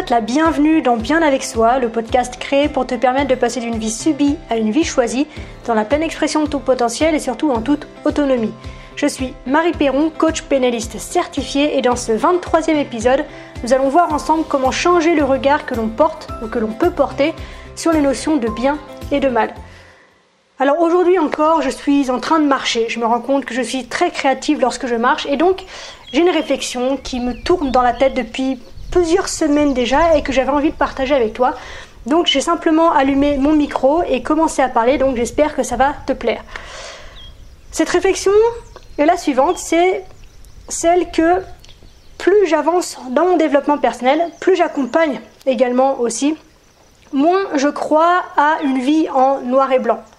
souhaite la bienvenue dans Bien avec soi, le podcast créé pour te permettre de passer d'une vie subie à une vie choisie, dans la pleine expression de ton potentiel et surtout en toute autonomie. Je suis Marie Perron, coach pénaliste certifiée, et dans ce 23e épisode, nous allons voir ensemble comment changer le regard que l'on porte ou que l'on peut porter sur les notions de bien et de mal. Alors aujourd'hui encore, je suis en train de marcher. Je me rends compte que je suis très créative lorsque je marche et donc j'ai une réflexion qui me tourne dans la tête depuis plusieurs semaines déjà et que j'avais envie de partager avec toi. Donc j'ai simplement allumé mon micro et commencé à parler, donc j'espère que ça va te plaire. Cette réflexion est la suivante, c'est celle que plus j'avance dans mon développement personnel, plus j'accompagne également aussi, moins je crois à une vie en noir et blanc.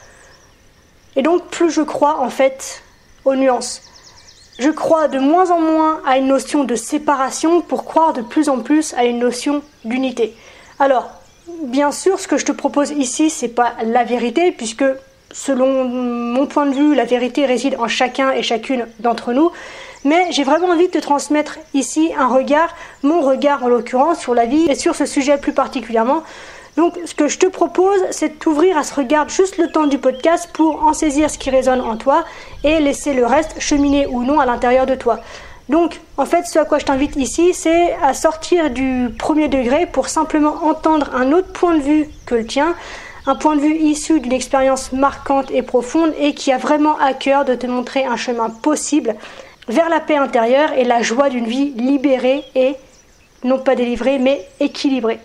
Et donc plus je crois en fait aux nuances. Je crois de moins en moins à une notion de séparation pour croire de plus en plus à une notion d'unité. Alors, bien sûr, ce que je te propose ici, c'est pas la vérité, puisque selon mon point de vue, la vérité réside en chacun et chacune d'entre nous. Mais j'ai vraiment envie de te transmettre ici un regard, mon regard en l'occurrence, sur la vie et sur ce sujet plus particulièrement. Donc ce que je te propose, c'est de t'ouvrir à ce regard juste le temps du podcast pour en saisir ce qui résonne en toi et laisser le reste cheminer ou non à l'intérieur de toi. Donc en fait, ce à quoi je t'invite ici, c'est à sortir du premier degré pour simplement entendre un autre point de vue que le tien, un point de vue issu d'une expérience marquante et profonde et qui a vraiment à cœur de te montrer un chemin possible vers la paix intérieure et la joie d'une vie libérée et non pas délivrée mais équilibrée.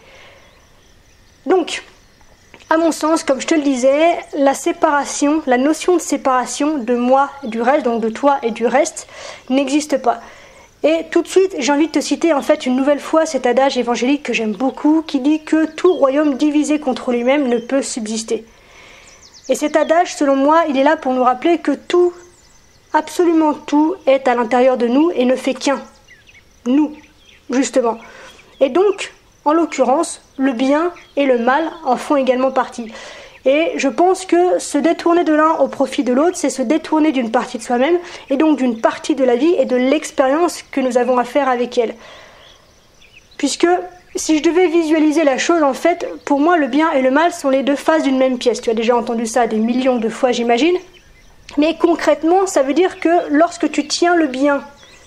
Donc, à mon sens, comme je te le disais, la séparation, la notion de séparation de moi et du reste, donc de toi et du reste, n'existe pas. Et tout de suite, j'ai envie de te citer en fait une nouvelle fois cet adage évangélique que j'aime beaucoup, qui dit que tout royaume divisé contre lui-même ne peut subsister. Et cet adage, selon moi, il est là pour nous rappeler que tout, absolument tout, est à l'intérieur de nous et ne fait qu'un. Nous, justement. Et donc, en l'occurrence, le bien et le mal en font également partie. Et je pense que se détourner de l'un au profit de l'autre, c'est se détourner d'une partie de soi-même, et donc d'une partie de la vie et de l'expérience que nous avons à faire avec elle. Puisque, si je devais visualiser la chose, en fait, pour moi, le bien et le mal sont les deux faces d'une même pièce. Tu as déjà entendu ça des millions de fois, j'imagine. Mais concrètement, ça veut dire que lorsque tu tiens le bien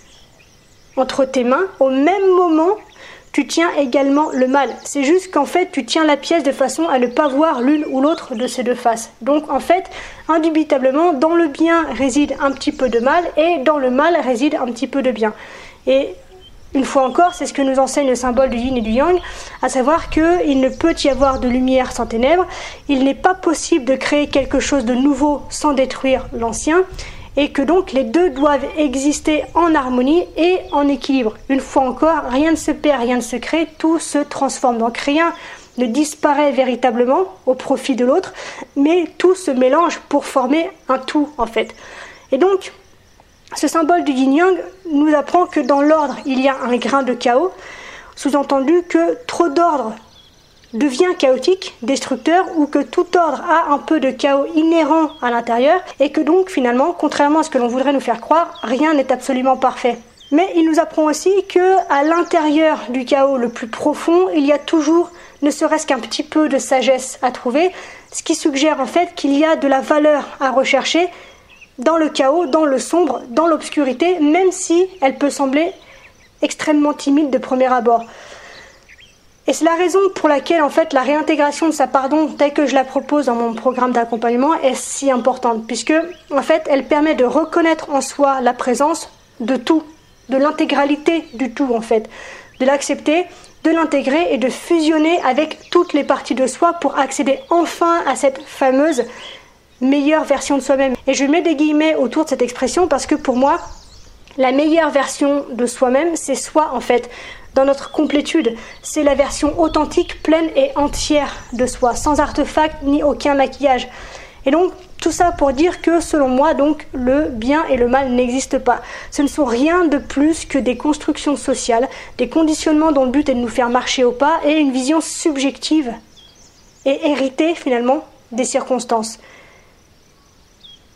entre tes mains, au même moment, tu tiens également le mal. C'est juste qu'en fait, tu tiens la pièce de façon à ne pas voir l'une ou l'autre de ces deux faces. Donc en fait, indubitablement, dans le bien réside un petit peu de mal et dans le mal réside un petit peu de bien. Et une fois encore, c'est ce que nous enseigne le symbole du yin et du yang, à savoir qu'il ne peut y avoir de lumière sans ténèbres, il n'est pas possible de créer quelque chose de nouveau sans détruire l'ancien, et que donc les deux doivent exister en harmonie et en équilibre. Une fois encore, rien ne se perd, rien ne se crée, tout se transforme. Donc rien ne disparaît véritablement au profit de l'autre, mais tout se mélange pour former un tout en fait. Et donc, ce symbole du yin-yang nous apprend que dans l'ordre, il y a un grain de chaos, sous-entendu que trop d'ordre devient chaotique, destructeur, ou que tout ordre a un peu de chaos inhérent à l'intérieur, et que donc finalement, contrairement à ce que l'on voudrait nous faire croire, rien n'est absolument parfait. Mais il nous apprend aussi que à l'intérieur du chaos le plus profond, il y a toujours ne serait-ce qu'un petit peu de sagesse à trouver, ce qui suggère en fait qu'il y a de la valeur à rechercher dans le chaos, dans le sombre, dans l'obscurité, même si elle peut sembler extrêmement timide de premier abord. Et c'est la raison pour laquelle en fait la réintégration de sa pardon telle que je la propose dans mon programme d'accompagnement est si importante, puisque en fait elle permet de reconnaître en soi la présence de tout, de l'intégralité du tout en fait, de l'accepter, de l'intégrer et de fusionner avec toutes les parties de soi pour accéder enfin à cette fameuse meilleure version de soi-même. Et je mets des guillemets autour de cette expression parce que pour moi, la meilleure version de soi-même, c'est soi en fait. Dans notre complétude, c'est la version authentique, pleine et entière de soi, sans artefact ni aucun maquillage. Et donc, tout ça pour dire que, selon moi, donc, le bien et le mal n'existent pas. Ce ne sont rien de plus que des constructions sociales, des conditionnements dont le but est de nous faire marcher au pas et une vision subjective et héritée, finalement, des circonstances.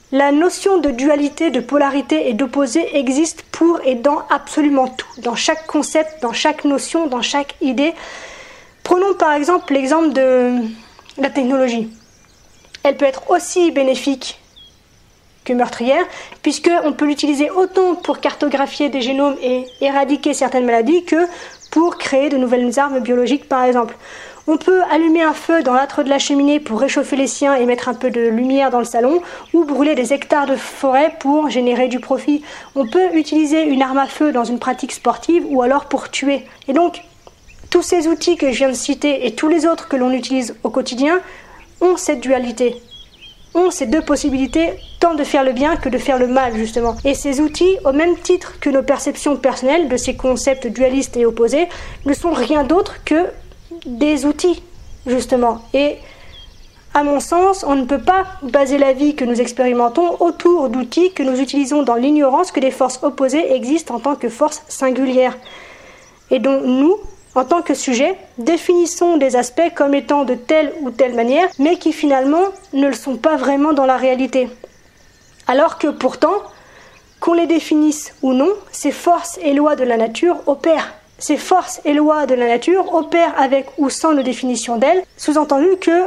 La notion de dualité, de polarité et d'opposé existe pour et dans absolument tout, dans chaque concept, dans chaque notion, dans chaque idée. Prenons par exemple l'exemple de la technologie. Elle peut être aussi bénéfique que meurtrière, puisqu'on peut l'utiliser autant pour cartographier des génomes et éradiquer certaines maladies que pour créer de nouvelles armes biologiques par exemple. On peut allumer un feu dans l'âtre de la cheminée pour réchauffer les siens et mettre un peu de lumière dans le salon, ou brûler des hectares de forêt pour générer du profit. On peut utiliser une arme à feu dans une pratique sportive ou alors pour tuer. Et donc, tous ces outils que je viens de citer et tous les autres que l'on utilise au quotidien ont cette dualité, ont ces deux possibilités, tant de faire le bien que de faire le mal justement. Et ces outils, au même titre que nos perceptions personnelles de ces concepts dualistes et opposés, ne sont rien d'autre que des outils, justement. Et à mon sens, on ne peut pas baser la vie que nous expérimentons autour d'outils que nous utilisons dans l'ignorance que des forces opposées existent en tant que forces singulières. Et dont nous, en tant que sujet, définissons des aspects comme étant de telle ou telle manière, mais qui finalement ne le sont pas vraiment dans la réalité. Alors que pourtant, qu'on les définisse ou non, ces forces et lois de la nature opèrent. Ces forces et lois de la nature opèrent avec ou sans nos définitions d'elles, sous-entendu que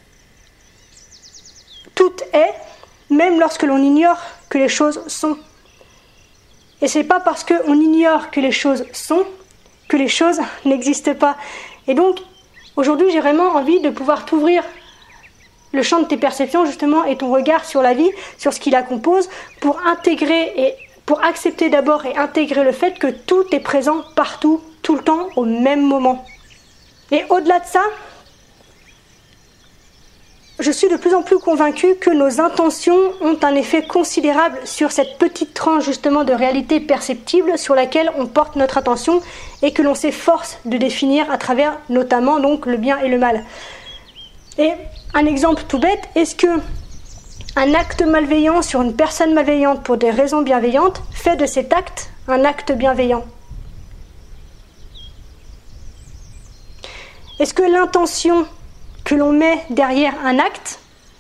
tout est, même lorsque l'on ignore que les choses sont. Et c'est pas parce qu'on ignore que les choses sont que les choses n'existent pas. Et donc, aujourd'hui, j'ai vraiment envie de pouvoir t'ouvrir le champ de tes perceptions, justement, et ton regard sur la vie, sur ce qui la compose, pour intégrer et pour accepter d'abord et intégrer le fait que tout est présent partout, tout le temps, au même moment. Et au-delà de ça, je suis de plus en plus convaincue que nos intentions ont un effet considérable sur cette petite tranche justement de réalité perceptible sur laquelle on porte notre attention et que l'on s'efforce de définir à travers notamment donc le bien et le mal. Et un exemple tout bête, est-ce que un acte malveillant sur une personne malveillante pour des raisons bienveillantes fait de cet acte un acte bienveillant? Est-ce que l'intention que l'on met derrière un acte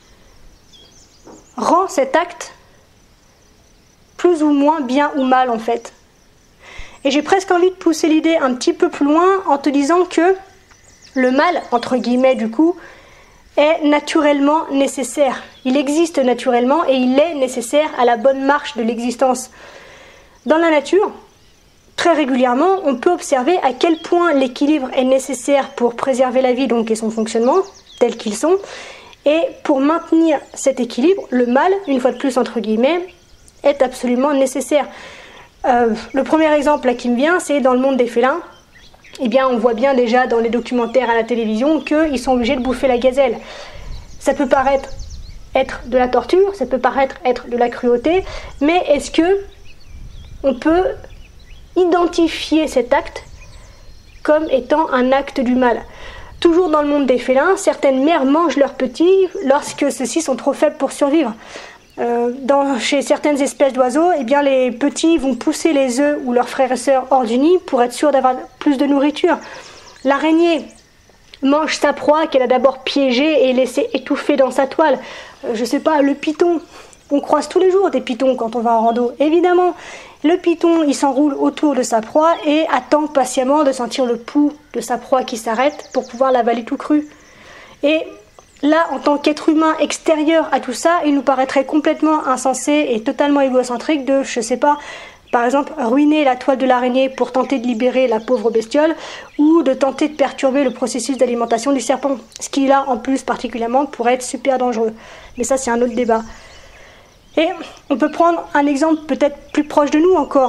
rend cet acte plus ou moins bien ou mal en fait? Et j'ai presque envie de pousser l'idée un petit peu plus loin en te disant que le mal, entre guillemets du coup, est naturellement nécessaire. Il existe naturellement et il est nécessaire à la bonne marche de l'existence. Dans la nature, très régulièrement, on peut observer à quel point l'équilibre est nécessaire pour préserver la vie donc, et son fonctionnement, tels qu'ils sont. Et pour maintenir cet équilibre, le mal, une fois de plus entre guillemets, est absolument nécessaire. Le premier exemple là, qui me vient, c'est dans le monde des félins. Eh bien, on voit bien déjà dans les documentaires à la télévision qu'ils sont obligés de bouffer la gazelle. Ça peut paraître être de la torture, ça peut paraître être de la cruauté, mais est-ce que on peut identifier cet acte comme étant un acte du mal? Toujours dans le monde des félins, certaines mères mangent leurs petits lorsque ceux-ci sont trop faibles pour survivre. Chez certaines espèces d'oiseaux, eh bien, les petits vont pousser les œufs ou leurs frères et sœurs hors du nid pour être sûrs d'avoir plus de nourriture. L'araignée mange sa proie qu'elle a d'abord piégée et laissée étouffer dans sa toile. Je sais pas, le python, on croise tous les jours des pythons quand on va en rando, évidemment. Le python, il s'enroule autour de sa proie et attend patiemment de sentir le pouls de sa proie qui s'arrête pour pouvoir l'avaler tout cru. Et là, en tant qu'être humain extérieur à tout ça, il nous paraîtrait complètement insensé et totalement égocentrique de, je sais pas, par exemple, ruiner la toile de l'araignée pour tenter de libérer la pauvre bestiole ou de tenter de perturber le processus d'alimentation du serpent, ce qui là, en plus, particulièrement, pourrait être super dangereux. Mais ça, c'est un autre débat. Et on peut prendre un exemple peut-être plus proche de nous encore,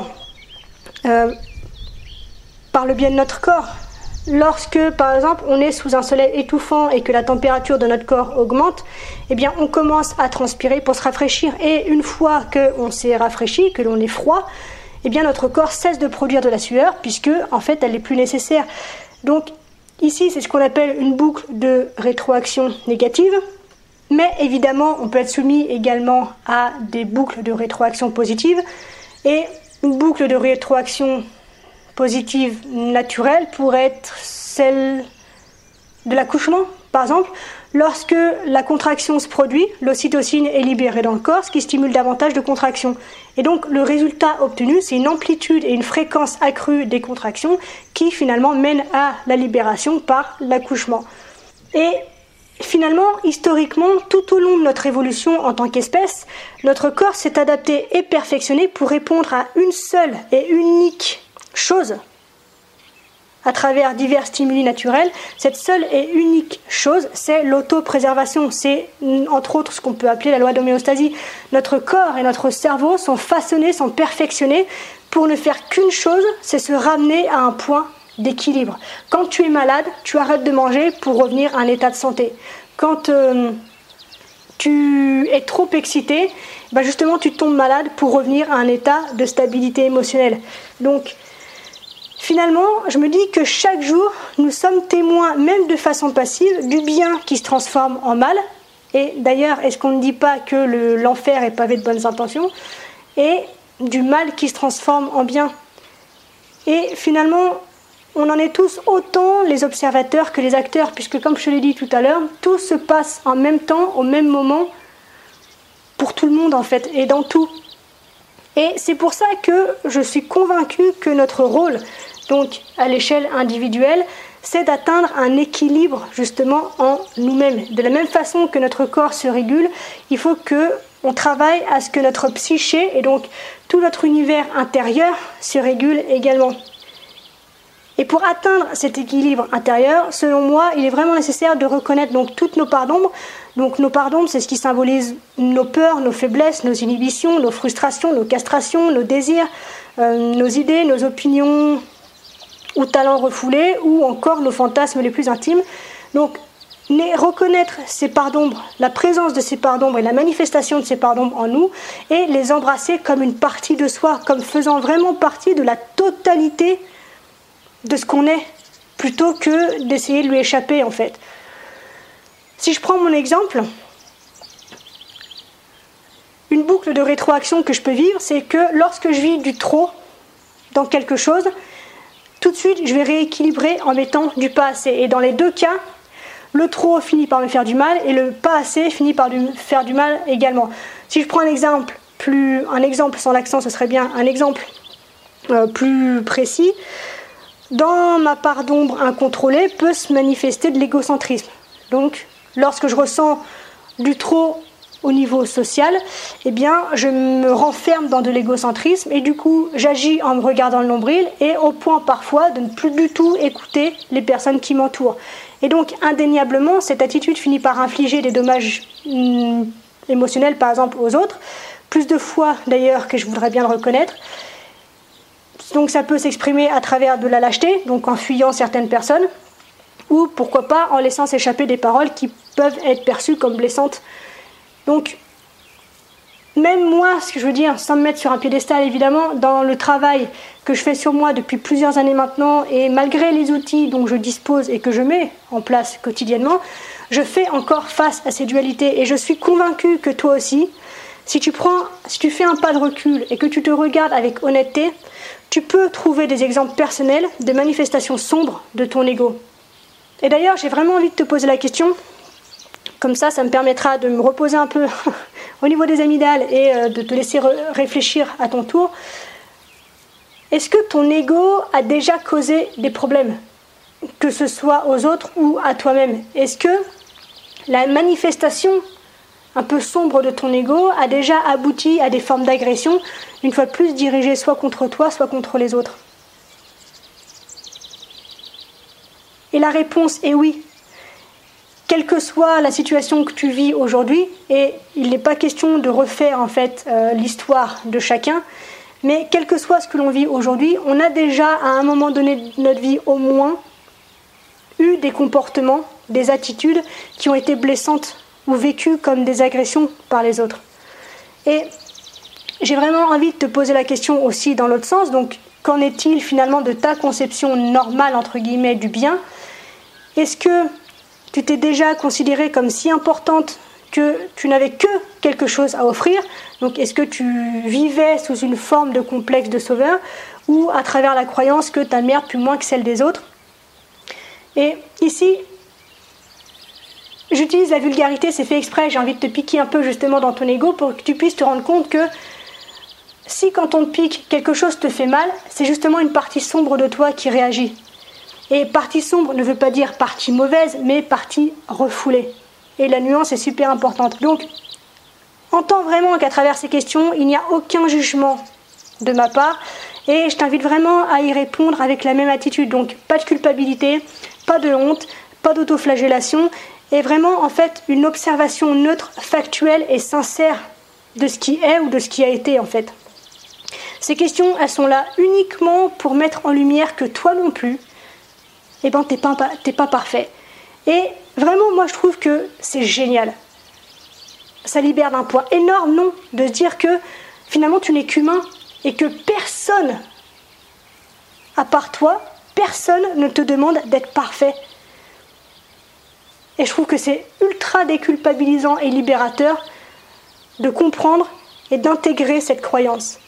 par le biais de notre corps. Lorsque, par exemple, on est sous un soleil étouffant et que la température de notre corps augmente, eh bien, on commence à transpirer pour se rafraîchir. Et une fois qu'on s'est rafraîchi, que l'on est froid, eh bien, notre corps cesse de produire de la sueur puisque, en fait, elle n'est plus nécessaire. Donc, ici, c'est ce qu'on appelle une boucle de rétroaction négative. Mais évidemment, on peut être soumis également à des boucles de rétroaction positive. Et une boucle de rétroaction positive naturelle pourrait être celle de l'accouchement. Par exemple, Lorsque la contraction se produit, l'ocytocine est libérée dans le corps, ce qui stimule davantage de contractions. Et donc le résultat obtenu, c'est une amplitude et une fréquence accrue des contractions qui finalement mènent à la libération par l'accouchement. Et finalement, historiquement, tout au long de notre évolution en tant qu'espèce, notre corps s'est adapté et perfectionné pour répondre à une seule et unique chose. À travers divers stimuli naturels, cette seule et unique chose, c'est l'autopréservation. C'est entre autres ce qu'on peut appeler la loi d'homéostasie. Notre corps et notre cerveau sont façonnés, sont perfectionnés pour ne faire qu'une chose, c'est se ramener à un point d'équilibre. Quand tu es malade, tu arrêtes de manger pour revenir à un état de santé. Quand tu es trop excité, justement tu tombes malade pour revenir à un état de stabilité émotionnelle. Donc finalement, je me dis que chaque jour, nous sommes témoins, même de façon passive, du bien qui se transforme en mal. Et d'ailleurs, est-ce qu'on ne dit pas que l'enfer est pavé de bonnes intentions? Et du mal qui se transforme en bien. Et finalement, on en est tous autant les observateurs que les acteurs, puisque comme je te l'ai dit tout à l'heure, tout se passe en même temps, au même moment, pour tout le monde en fait, et dans tout. Et c'est pour ça que je suis convaincue que notre rôle, donc à l'échelle individuelle, c'est d'atteindre un équilibre justement en nous-mêmes. De la même façon que notre corps se régule, il faut qu'on travaille à ce que notre psyché et donc tout notre univers intérieur se régule également. Et pour atteindre cet équilibre intérieur, selon moi, il est vraiment nécessaire de reconnaître donc toutes nos parts d'ombre. Donc nos parts d'ombre, c'est ce qui symbolise nos peurs, nos faiblesses, nos inhibitions, nos frustrations, nos castrations, nos désirs, nos idées, nos opinions ou talents refoulés, ou encore nos fantasmes les plus intimes. Donc reconnaître ces parts d'ombre, la présence de ces parts d'ombre et la manifestation de ces parts d'ombre en nous, et les embrasser comme une partie de soi, comme faisant vraiment partie de la totalité de ce qu'on est, plutôt que d'essayer de lui échapper en fait. Si je prends mon exemple, une boucle de rétroaction que je peux vivre, c'est que lorsque je vis du trop dans quelque chose, tout de suite je vais rééquilibrer en mettant du pas assez. Et dans les deux cas, le trop finit par me faire du mal et le pas assez finit par me faire du mal également. Si je prends un exemple sans l'accent, ce serait bien un exemple plus précis. Dans ma part d'ombre incontrôlée peut se manifester de l'égocentrisme. Donc, lorsque je ressens du trop au niveau social, eh bien, je me renferme dans de l'égocentrisme et du coup, j'agis en me regardant le nombril et au point parfois de ne plus du tout écouter les personnes qui m'entourent. Et donc, indéniablement, cette attitude finit par infliger des dommages émotionnels, par exemple, aux autres, plus de fois d'ailleurs que je voudrais bien le reconnaître. Donc ça peut s'exprimer à travers de la lâcheté, donc en fuyant certaines personnes, ou pourquoi pas en laissant s'échapper des paroles qui peuvent être perçues comme blessantes. Donc, même moi, ce que je veux dire, sans me mettre sur un piédestal évidemment, dans le travail que je fais sur moi depuis plusieurs années maintenant, et malgré les outils dont je dispose et que je mets en place quotidiennement, je fais encore face à ces dualités, et je suis convaincue que toi aussi, si tu fais un pas de recul et que tu te regardes avec honnêteté, tu peux trouver des exemples personnels de manifestations sombres de ton ego. Et d'ailleurs, j'ai vraiment envie de te poser la question, comme ça me permettra de me reposer un peu au niveau des amygdales et de te laisser réfléchir à ton tour. Est-ce que ton ego a déjà causé des problèmes, que ce soit aux autres ou à toi-même? Est-ce que la manifestation un peu sombre de ton ego a déjà abouti à des formes d'agression, une fois de plus dirigées soit contre toi, soit contre les autres? Et la réponse est oui. Quelle que soit la situation que tu vis aujourd'hui, et il n'est pas question de refaire en fait l'histoire de chacun, mais quel que soit ce que l'on vit aujourd'hui, on a déjà à un moment donné de notre vie au moins eu des comportements, des attitudes qui ont été blessantes ou vécues comme des agressions par les autres. Et j'ai vraiment envie de te poser la question aussi dans l'autre sens, donc qu'en est-il finalement de ta conception normale entre guillemets du bien? Est-ce que tu t'es déjà considérée comme si importante que tu n'avais que quelque chose à offrir? Donc est-ce que tu vivais sous une forme de complexe de sauveur ou à travers la croyance que ta merde pue moins que celle des autres? Et ici, j'utilise la vulgarité, c'est fait exprès, j'ai envie de te piquer un peu justement dans ton ego pour que tu puisses te rendre compte que si quand on te pique, quelque chose te fait mal, c'est justement une partie sombre de toi qui réagit. Et partie sombre ne veut pas dire partie mauvaise, mais partie refoulée. Et la nuance est super importante. Donc, entends vraiment qu'à travers ces questions, il n'y a aucun jugement de ma part. Et je t'invite vraiment à y répondre avec la même attitude. Donc, pas de culpabilité, pas de honte, pas d'autoflagellation. Et vraiment, en fait, une observation neutre, factuelle et sincère de ce qui est ou de ce qui a été, en fait. Ces questions, elles sont là uniquement pour mettre en lumière que toi non plus, t'es pas parfait. Et vraiment, moi, je trouve que c'est génial. Ça libère d'un poids énorme, non, de se dire que finalement, tu n'es qu'humain et que personne, à part toi, personne ne te demande d'être parfait. Et je trouve que c'est ultra déculpabilisant et libérateur de comprendre et d'intégrer cette croyance.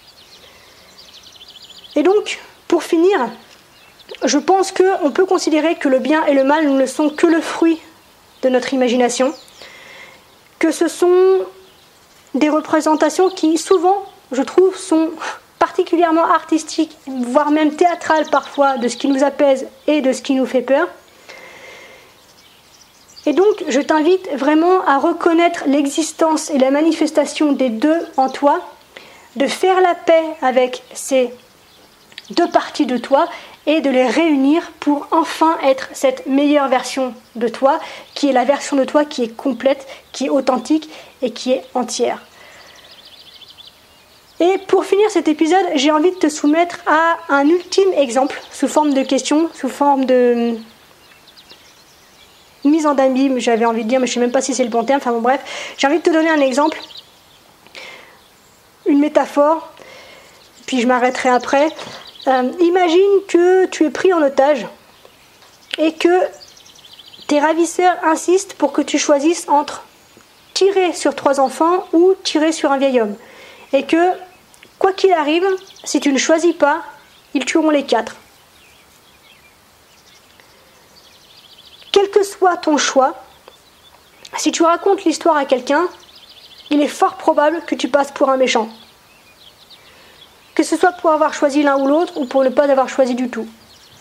Et donc, pour finir, je pense qu'on peut considérer que le bien et le mal ne sont que le fruit de notre imagination, que ce sont des représentations qui, souvent, je trouve, sont particulièrement artistiques, voire même théâtrales parfois, de ce qui nous apaise et de ce qui nous fait peur. Et donc, je t'invite vraiment à reconnaître l'existence et la manifestation des deux en toi, de faire la paix avec ces deux parties de toi et de les réunir pour enfin être cette meilleure version de toi, qui est la version de toi qui est complète, qui est authentique et qui est entière. Et pour finir cet épisode, j'ai envie de te soumettre à un ultime exemple, sous forme de question, sous forme de mise en abîme, j'avais envie de dire, mais je ne sais même pas si c'est le bon terme, enfin bon bref, j'ai envie de te donner un exemple, une métaphore, puis je m'arrêterai après. Imagine que tu es pris en otage et que tes ravisseurs insistent pour que tu choisisses entre tirer sur 3 enfants ou tirer sur un vieil homme. Et que, quoi qu'il arrive, si tu ne choisis pas, ils tueront les 4. Quel que soit ton choix, si tu racontes l'histoire à quelqu'un, il est fort probable que tu passes pour un méchant. Que ce soit pour avoir choisi l'un ou l'autre ou pour ne pas avoir choisi du tout.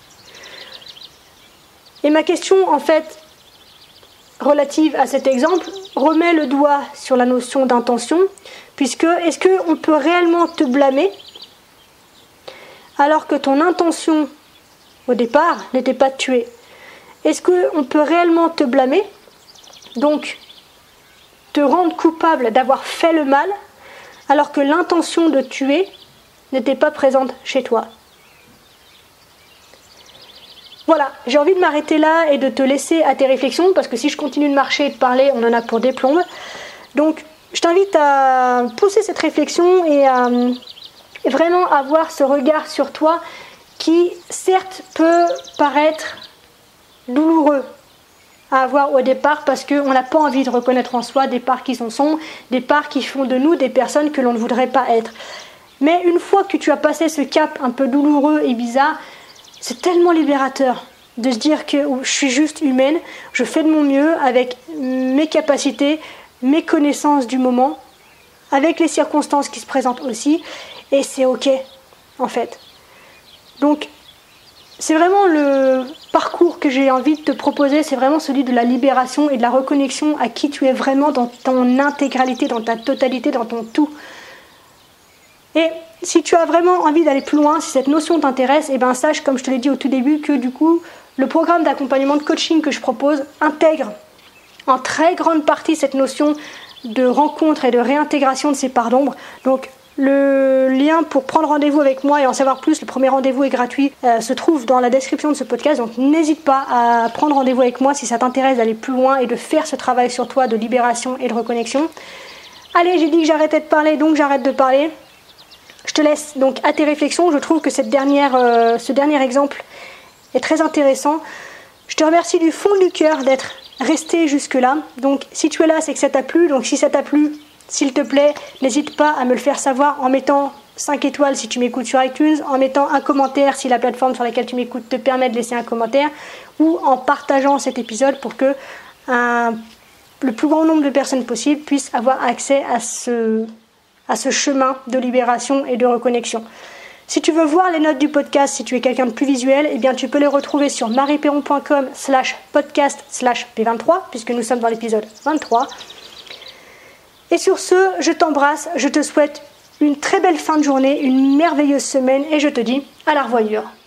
Et ma question, en fait, relative à cet exemple, remet le doigt sur la notion d'intention, puisque est-ce qu'on peut réellement te blâmer alors que ton intention, au départ, n'était pas de tuer? Est-ce qu'on peut réellement te blâmer, donc te rendre coupable d'avoir fait le mal, alors que l'intention de tuer n'était pas présente chez toi? Voilà, j'ai envie de m'arrêter là et de te laisser à tes réflexions, parce que si je continue de marcher et de parler, on en a pour des plombes. Donc, je t'invite à pousser cette réflexion et à vraiment avoir ce regard sur toi qui, certes, peut paraître douloureux à avoir au départ, parce qu'on n'a pas envie de reconnaître en soi des parts qui sont sombres, des parts qui font de nous des personnes que l'on ne voudrait pas être. Mais une fois que tu as passé ce cap un peu douloureux et bizarre, c'est tellement libérateur de se dire que je suis juste humaine, je fais de mon mieux avec mes capacités, mes connaissances du moment, avec les circonstances qui se présentent aussi, et c'est ok, en fait. Donc, c'est vraiment le parcours que j'ai envie de te proposer, c'est vraiment celui de la libération et de la reconnexion à qui tu es vraiment dans ton intégralité, dans ta totalité, dans ton tout. Et si tu as vraiment envie d'aller plus loin, si cette notion t'intéresse, eh ben sache, comme je te l'ai dit au tout début, que du coup, le programme d'accompagnement de coaching que je propose intègre en très grande partie cette notion de rencontre et de réintégration de ces parts d'ombre. Donc, le lien pour prendre rendez-vous avec moi et en savoir plus, le premier rendez-vous est gratuit, se trouve dans la description de ce podcast. Donc, n'hésite pas à prendre rendez-vous avec moi si ça t'intéresse d'aller plus loin et de faire ce travail sur toi de libération et de reconnexion. Allez, j'ai dit que j'arrêtais de parler, donc j'arrête de parler. Je te laisse donc à tes réflexions. Je trouve que ce dernier exemple est très intéressant. Je te remercie du fond du cœur d'être resté jusque-là. Donc si tu es là, c'est que ça t'a plu. Donc si ça t'a plu, s'il te plaît, n'hésite pas à me le faire savoir en mettant 5 étoiles si tu m'écoutes sur iTunes, en mettant un commentaire si la plateforme sur laquelle tu m'écoutes te permet de laisser un commentaire, ou en partageant cet épisode pour que un le plus grand nombre de personnes possible puissent avoir accès à ce chemin de libération et de reconnexion. Si tu veux voir les notes du podcast, si tu es quelqu'un de plus visuel, eh bien tu peux les retrouver sur marieperron.com/podcast/P23, puisque nous sommes dans l'épisode 23. Et sur ce, je t'embrasse, je te souhaite une très belle fin de journée, une merveilleuse semaine, et je te dis à la revoyure.